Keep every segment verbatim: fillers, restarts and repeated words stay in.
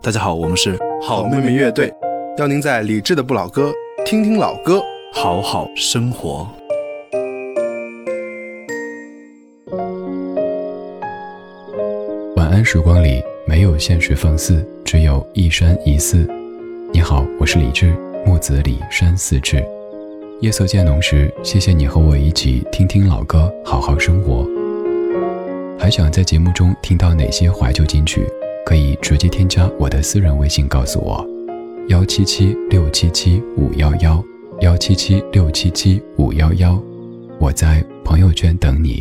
大家好，我们是好妹妹乐队，邀您在理智的不老歌听听老歌， 好好生活。 晚安时光里没有现实放肆，只有一山一寺。你好，我是李志，木子李山寺志。夜色渐浓时，谢谢你和我一起听听老歌，好好生活。还想在节目中听到哪些怀旧金曲，可以直接添加我的私人微信告诉我，幺七七六七七五幺幺，幺七七六七七五幺幺，我在朋友圈等你。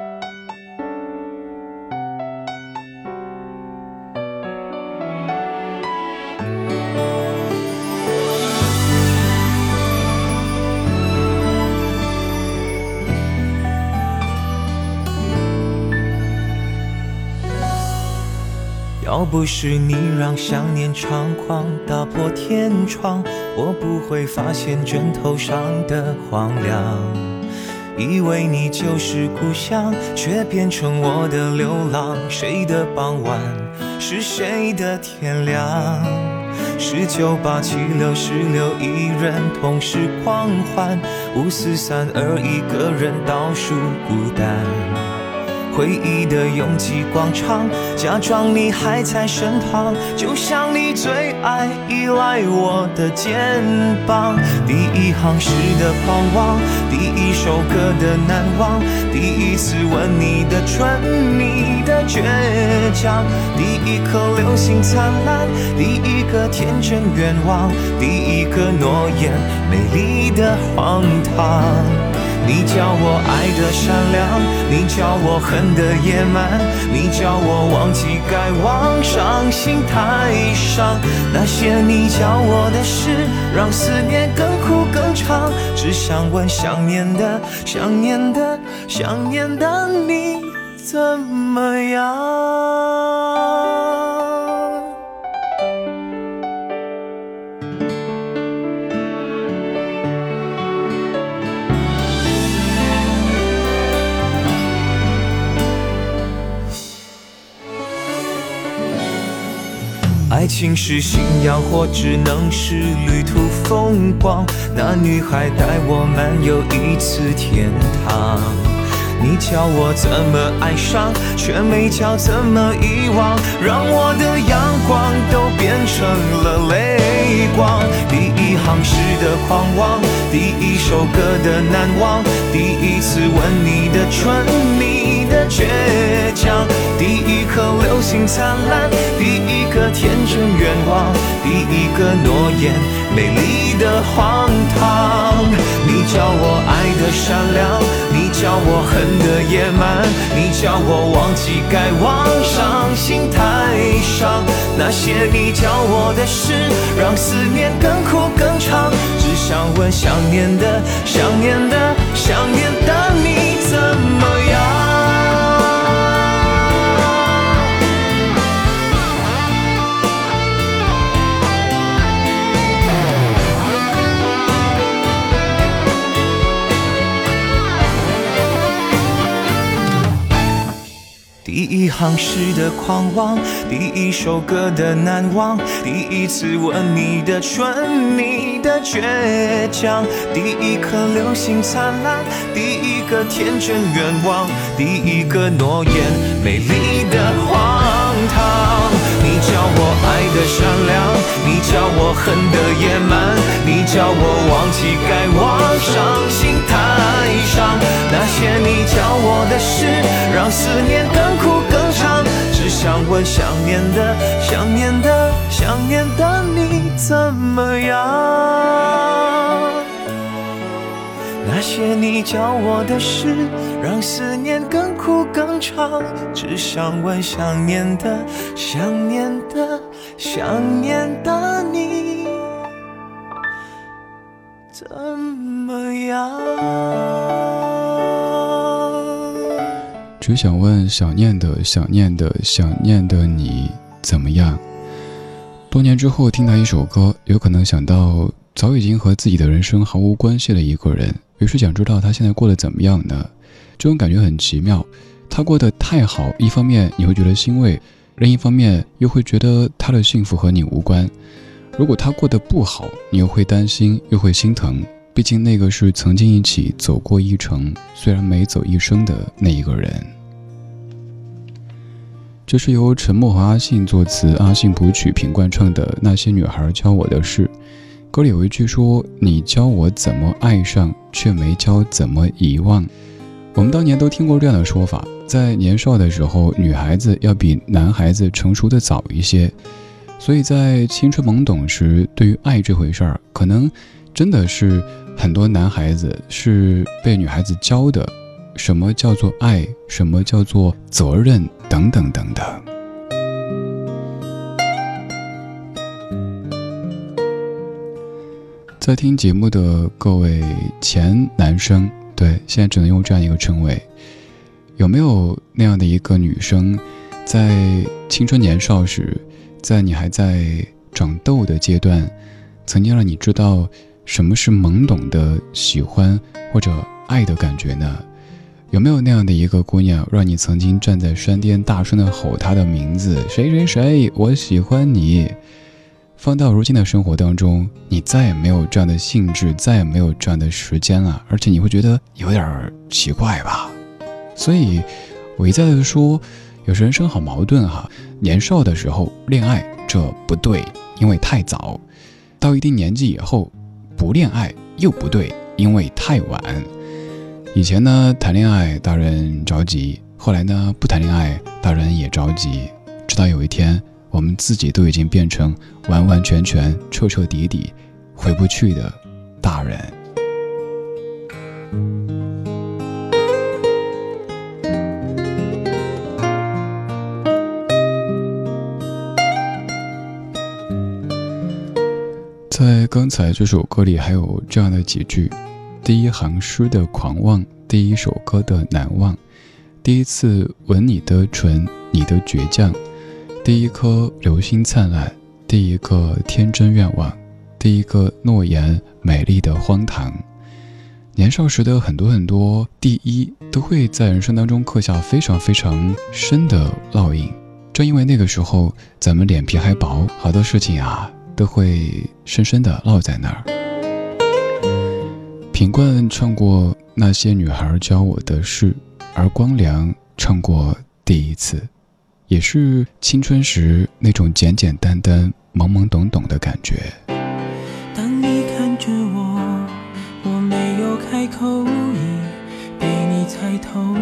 要不是你让想念猖狂打破天窗，我不会发现枕头上的荒凉。以为你就是故乡，却变成我的流浪。谁的傍晚是谁的天亮？十九八七六十六，一人同时狂欢，五四三二，一个人倒数孤单。回忆的拥挤广场，假装你还在身旁，就像你最爱依赖我的肩膀。第一行诗的狂妄，第一首歌的难忘，第一次吻你的唇，你的倔强，第一颗流星灿烂，第一个天真愿望，第一个诺言美丽的荒唐。你叫我爱的善良，你叫我恨的野蛮，你叫我忘记该忘，伤心太伤。那些你教我的事，让思念更苦更长。只想问想念的想念的想念的你怎么样？爱情是信仰，或只能是旅途风光。那女孩带我漫游一次天堂。你教我怎么爱上，却没教怎么遗忘，让我的阳光都变成了泪光。第一行诗的狂妄，第一首歌的难忘，第一次吻你的唇，你的倔强，第一颗流星灿烂，第一个天真愿望，第一个诺言美丽的荒唐。你教我爱的善良，你教我恨的野蛮，你教我忘记该忘，伤心太伤。那些你教我的事，让思念更苦更长。只想问想念的想念的想念的你怎么样？第一行诗的狂妄，第一首歌的难忘，第一次吻你的唇，你的倔强，第一颗流星灿烂，第一个天真愿望，第一个诺言美丽的荒唐。你教我爱的善良，你教我恨的野蛮，你教我忘记该忘，伤心太伤。那些你教我的事，让思念更苦更长。只想问想念的想念的想念的你怎么样？那些你教我的事，让思念更苦更长。只想问想念的想念的想念的你怎么样？ 只想问想念的想念的想念的你怎么样？多年之后听到一首歌，有可能想到早已经和自己的人生毫无关系的一个人，于是想知道他现在过得怎么样呢？这种感觉很奇妙，他过得太好，一方面你会觉得欣慰， 另一方面又会觉得他的幸福和你无关。如果他过得不好，你又会担心，又会心疼，毕竟那个是曾经一起走过一程，虽然没走一生的那一个人。这是由陈默和阿信作词，阿信谱曲，品冠唱的《那些女孩教我的事》。歌里有一句说，你教我怎么爱上，却没教怎么遗忘。我们当年都听过这样的说法，在年少的时候，女孩子要比男孩子成熟的早一些，所以在青春懵懂时，对于爱这回事儿，可能真的是很多男孩子是被女孩子教的，什么叫做爱，什么叫做责任，等等等等。在听节目的各位前男生，对，现在只能用这样一个称谓，有没有那样的一个女生，在青春年少时，在你还在长痘的阶段，曾经让你知道什么是懵懂的喜欢或者爱的感觉呢？有没有那样的一个姑娘，让你曾经站在山巅大声地吼她的名字，谁谁谁，我喜欢你。放到如今的生活当中，你再也没有这样的兴致，再也没有这样的时间了，而且你会觉得有点奇怪吧。所以我一再的说，有时人生好矛盾哈。年少的时候恋爱这不对，因为太早；到一定年纪以后不恋爱又不对，因为太晚。以前呢谈恋爱大人着急，后来呢不谈恋爱大人也着急，直到有一天我们自己都已经变成完完全全彻彻底底回不去的大人。在刚才这首歌里还有这样的几句，第一行诗的狂妄，第一首歌的难忘，第一次吻你的唇，你的倔强，第一颗流星灿烂，第一个天真愿望，第一个诺言美丽的荒唐。年少时的很多很多第一都会在人生当中刻下非常非常深的烙印，正因为那个时候咱们脸皮还薄，好多事情啊都会深深地烙在那儿。品冠唱过那些女孩教我的事，而光良唱过第一次，也是青春时那种简简单单懵懵懂懂的感觉。 当你看着我，我没有开口，已被你猜透，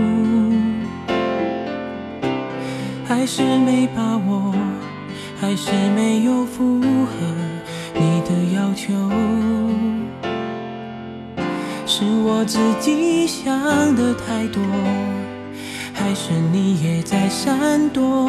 还是没把握，还是没有符合你的要求，是我自己想的太多，还是你也在闪躲？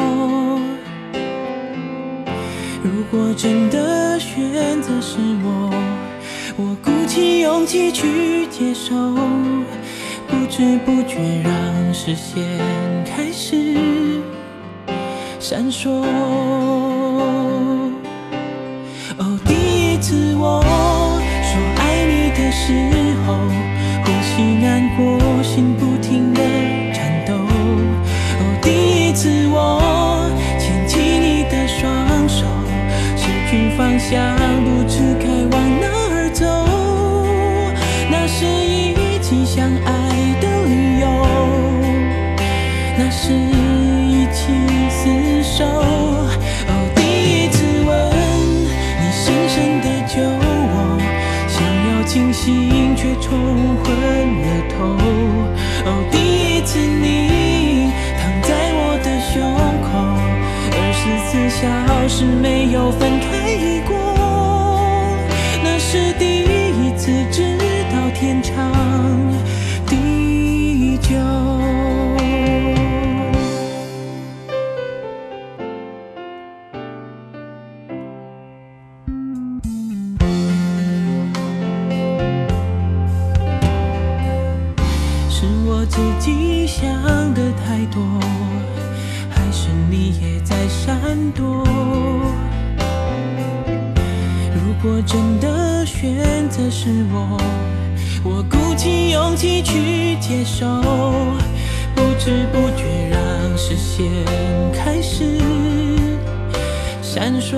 如果真的选择是我，我鼓起勇气去接受，不知不觉让视线开始闪烁。哦，第一次我说爱你的时候，呼吸难过，心不停地颤抖。哦，第一次我牵起你的双手，失去方向，不知该往哪儿走。那是一起相爱的理由，那是一起厮守。哦，第一次吻你深深的救我，想要清醒却冲昏了头。哦，第一次你躺在我的胸口，二十四小时没有分开过。那是第一次知道天长地久。自己想的太多，还是你也在闪躲？如果真的选择是我，我鼓起勇气去接受， 不知不觉让视线开始闪烁。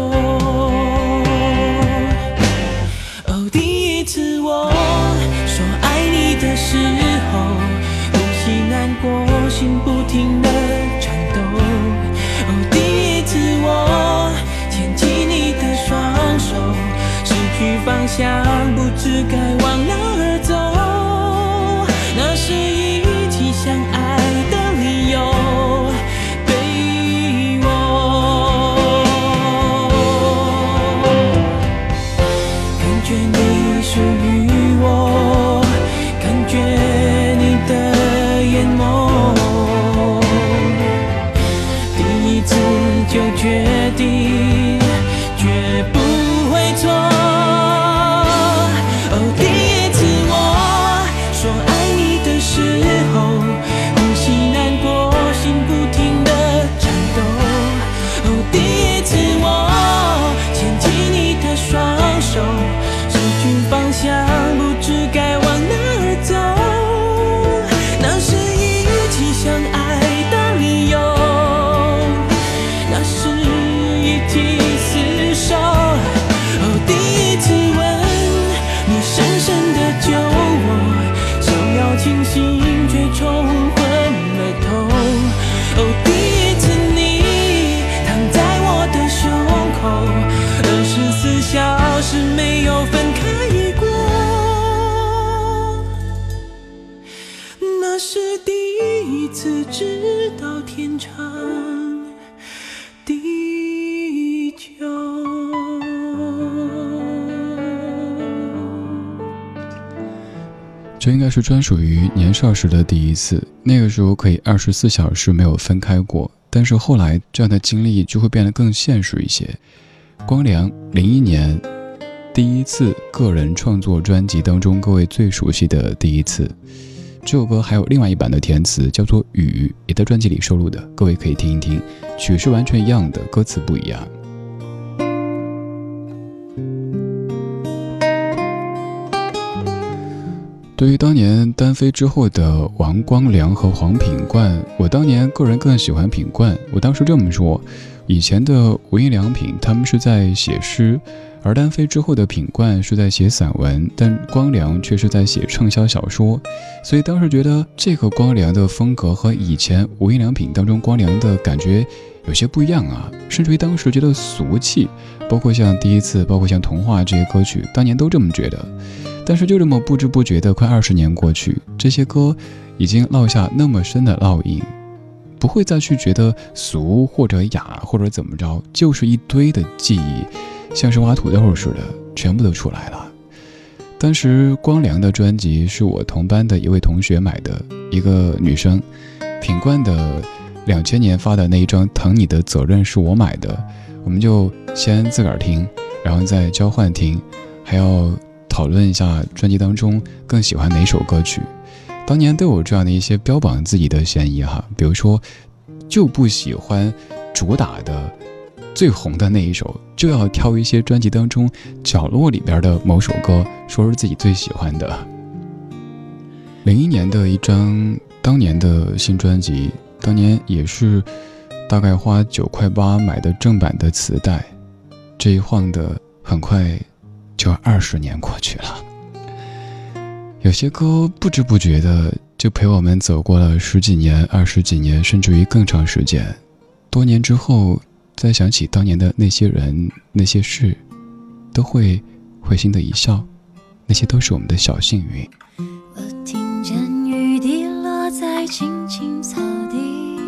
哦，第一次我说爱你的时候，呼吸难过，心不停地颤抖。哦，第一次我牵起你的双手，失去方向，不知该往哪儿走。那是一起相爱的理由，对我感觉你属于我，感觉你的眼眸，第一次就决定绝不会错。哦，第一次我说爱你的时候，呼吸难过，心不停地颤抖。哦，第一次我牵起你的双手，失去方向，不知该往哪儿走。那是一起相爱的理由，那是一起厮守。哦，第一次吻你深深地救我，想要清醒却冲昏了头。哦，第一次你躺在我的胸口，二十四小时没有分开过，那是第一次知道天长地久。 这应该是专属于年少时的第一次，那个时候可以二十四小时没有分开过，但是后来这样的经历就会变得更现实一些。光良零一年第一次个人创作专辑当中各位最熟悉的第一次，这首歌还有另外一版的填词叫做雨，也在专辑里收录的，各位可以听一听，曲是完全一样的，歌词不一样。对于当年单飞之后的王光良和黄品冠，我当年个人更喜欢品冠。我当时这么说，以前的无印良品他们是在写诗，而单飞之后的品冠是在写散文，但光良却是在写畅销小说。所以当时觉得这个光良的风格和以前无印良品当中光良的感觉有些不一样啊，甚至于当时觉得俗气，包括像第一次，包括像童话这些歌曲，当年都这么觉得。但是就这么不知不觉的快二十年过去，这些歌已经烙下那么深的烙印，不会再去觉得俗或者雅或者怎么着，就是一堆的记忆，像是挖土豆似的，全部都出来了。当时光良的专辑是我同班的一位同学买的，一个女生。品冠的两千年发的那一张《疼你的责任》是我买的，我们就先自个儿听，然后再交换听，还要讨论一下专辑当中更喜欢哪首歌曲。当年都有这样的一些标榜自己的嫌疑哈，比如说就不喜欢主打的最红的那一首，就要挑一些专辑当中角落里边的某首歌说是自己最喜欢的。零一年的一张当年的新专辑，当年也是大概花九块八买的正版的磁带，这一晃的很快就二十年过去了。有些歌不知不觉的就陪我们走过了十几年、二十几年，甚至于更长时间。多年之后再想起当年的那些人、那些事，都会会心的一笑，那些都是我们的小幸运。 我听见雨滴落在青青草地，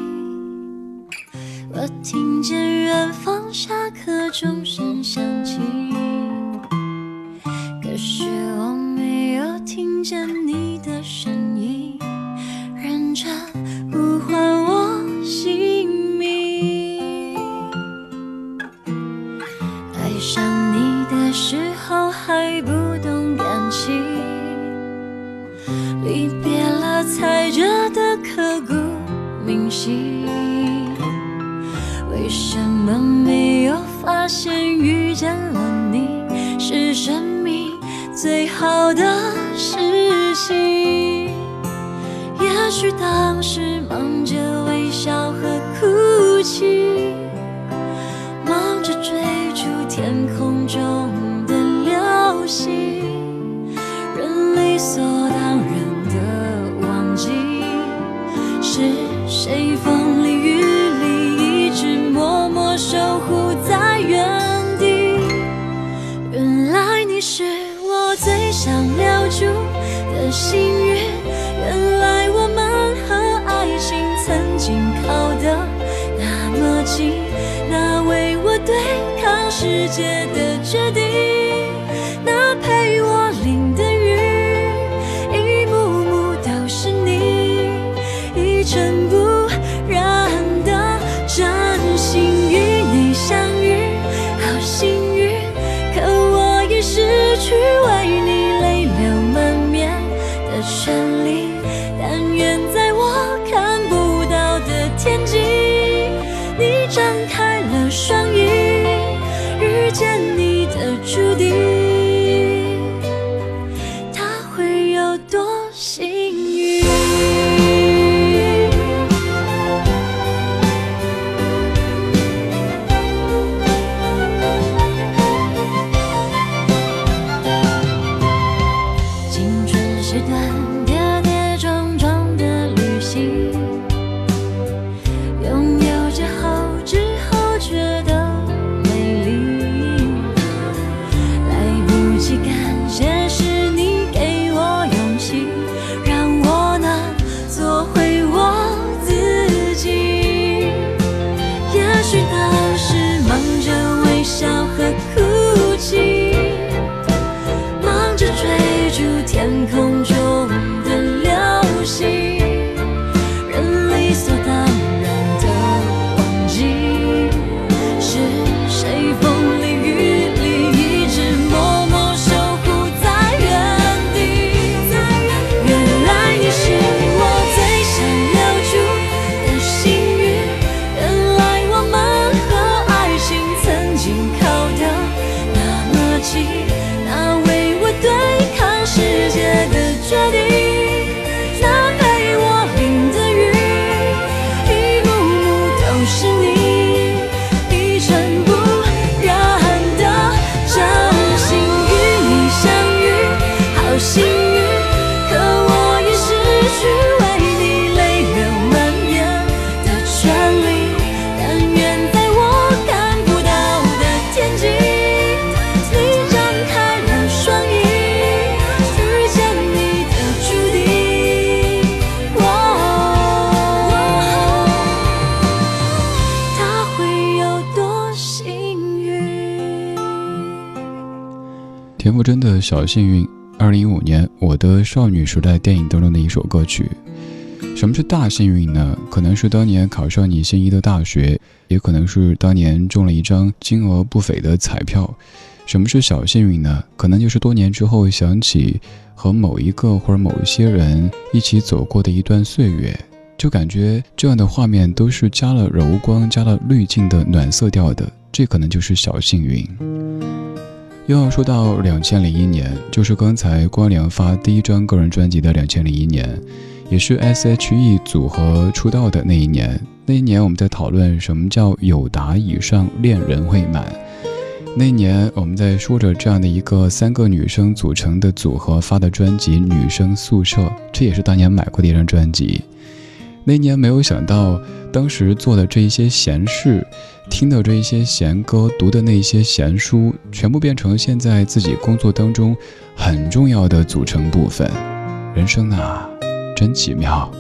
我听见远方下课钟声响起，可是我没有听见你的声音，认真呼唤我姓名。爱上你的时候还不懂感情，离别了才觉得刻骨铭心。为什么没有发现遇见了你是生命最好的事情？也也许当时忙着微笑和哭泣，忙着追逐天空中的流星，人理所当然的忘记，是谁风里雨里一直默默守护在原地。原来你是我最想留住的幸运，原来我们和爱情曾经靠得那么近，那为我对抗世界的决定，那陪我淋的雨，一幕幕都是你，一尘不染的真心与你相遇，好幸运，可我已失去为你泪流满面的权利，但愿在我看不到的天际，你张开了双翼，遇见你的注定，他会有多幸运。青春是段跌跌撞撞的旅行，拥有之后之后觉得美丽，来不及感谢是你给我勇气，让我能做回我自己。也许当时忙着微笑和哭泣，忙着追逐天空中的流星，人理所当然的忘记，是谁风里雨里一直默默守护在原地。原来你是我最想留住的幸运，原来我们和爱情曾经靠得那么近，那为我对抗世界的决定，那陪我淋的雨，一幕幕都是你，一尘不染的真心与你相遇，好幸运，可我已失去为你泪流满面的权利，但愿在我看不到的天际，你张开了双翼，遇见你的注定，他会有多幸运。 田馥甄的小幸运，二零一五年我的少女时代电影当中的一首歌曲。什么是大幸运呢？可能是当年考上你心仪的大学，也可能是当年中了一张金额不菲的彩票。什么是小幸运呢？可能就是多年之后想起和某一个或者某一些人一起走过的一段岁月，就感觉这样的画面都是加了柔光加了滤镜的暖色调的，这可能就是小幸运。又要说到两千零一年，就是刚才光良发第一张个人专辑的两千零一年，也是 S H E 组合出道的那一年。那一年我们在讨论什么叫友达以上恋人未满，那一年我们在说着这样的一个三个女生组成的组合发的专辑《女生宿舍》，这也是当年买过的一张专辑。那一年没有想到，当时做的这一些闲事，听的这一些闲歌，读的那一些闲书，全部变成现在自己工作当中很重要的组成部分。人生啊，真奇妙。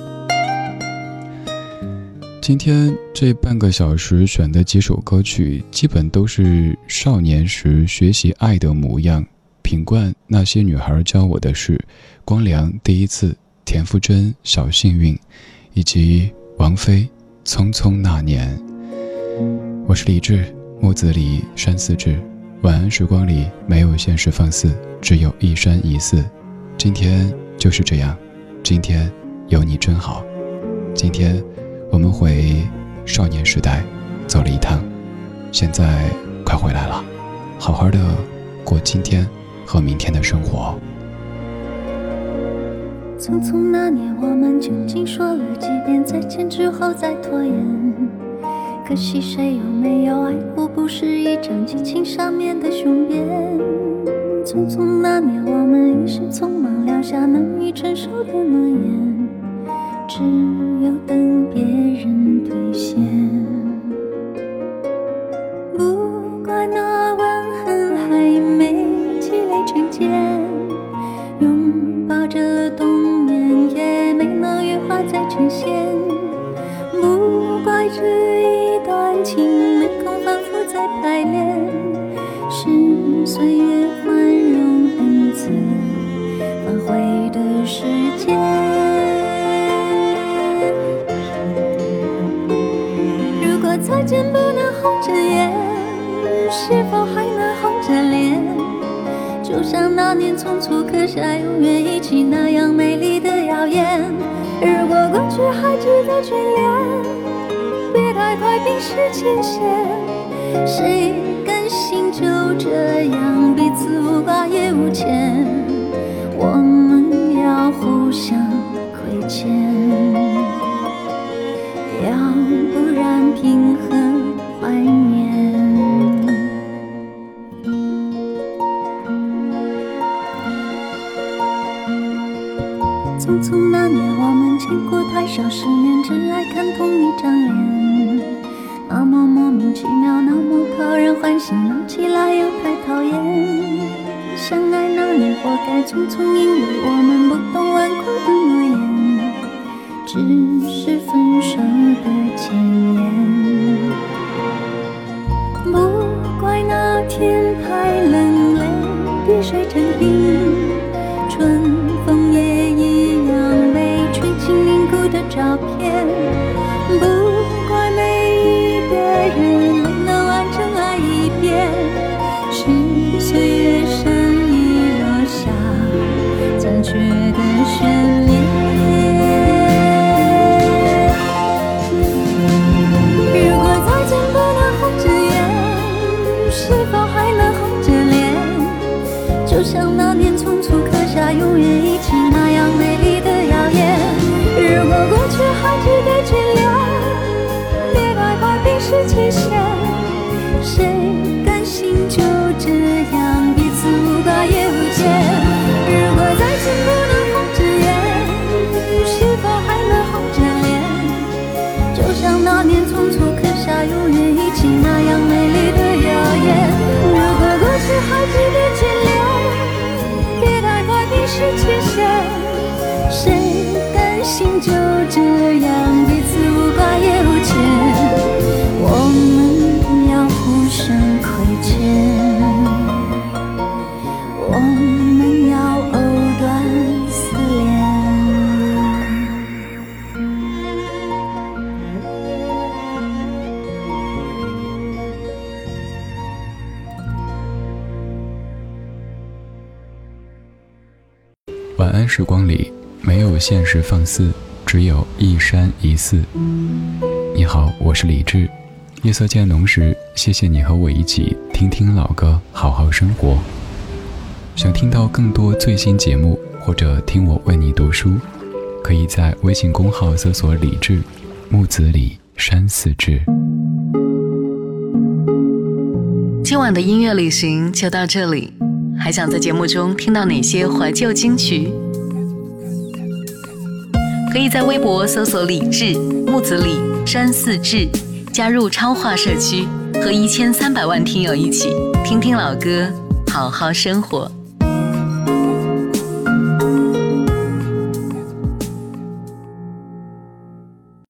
今天这半个小时选的几首歌曲，基本都是少年时学习爱的模样。品冠那些女孩教我的事，光良第一次，田馥甄小幸运，以及王菲匆匆那年。我是李志，木子李，山寺志。晚安时光里没有现实放肆，只有一山一寺。今天就是这样，今天有你真好。今天我们回少年时代走了一趟，现在快回来了，好好的过今天和明天的生活。 匆匆那年，我们究竟说了几遍再见之后再拖延？可惜谁有没有爱过，不是一张激情上面的雄辩。匆匆那年，我们一时匆忙撂下难以承受的诺言，只有等别人兑现。不怪那吻痕还没积累成茧，拥抱着冬眠也没能羽化再成仙。不怪这一段情没空反复再排练，是岁月宽容恩赐反悔的时间。如果再见不能红着眼，是否还能红着脸？就像那年匆促刻下永远一起那样美丽的谣言。如果过去还值得眷恋，别太快冰释前嫌。谁甘心就这样彼此无挂也无牵？我们要互相亏欠，要不然凭何怀念？匆匆那年，我们见过太少世面，只爱看同一张脸。那么莫名其妙，那么讨人欢喜，闹起来又太讨厌。相爱那年，活该匆匆，因为我们不懂顽固的诺言，只是分手的前言。不怪那天太冷，泪滴水成冰，春风也一样被吹进凝固的照片。不怪每一个人没能完整爱一遍，是岁月深已落下残缺的悬念。如果再见不能红着眼，是否还能红着脸？就像那年匆促刻下永远一起那样美丽的谣言。如果过去还值得眷恋，别太快冰释前嫌。谁甘心就这样彼此无挂也无牵？如果再见不能红着眼，是否还能红着脸？就像那年匆促刻下永远一起那样美丽的谣言。如果过去还值得眷恋，别太快冰释前嫌。谁甘心就这样彼此无挂也无牵？我们要互相亏欠，我们要藕断丝连。 晚安时光里，没有现实放肆，只有一山一寺。你好，我是李志。夜色渐浓时，谢谢你和我一起听听老歌，好好生活。想听到更多最新节目，或者听我为你读书，可以在微信公号搜索李志，木子李，山寺志。 今晚的音乐旅行就到这里，还想在节目中听到哪些怀旧金曲？可以在微博搜索李志，木子李，山寺志，加入超话社区，和一千三百万听友一起听听老歌，好好生活。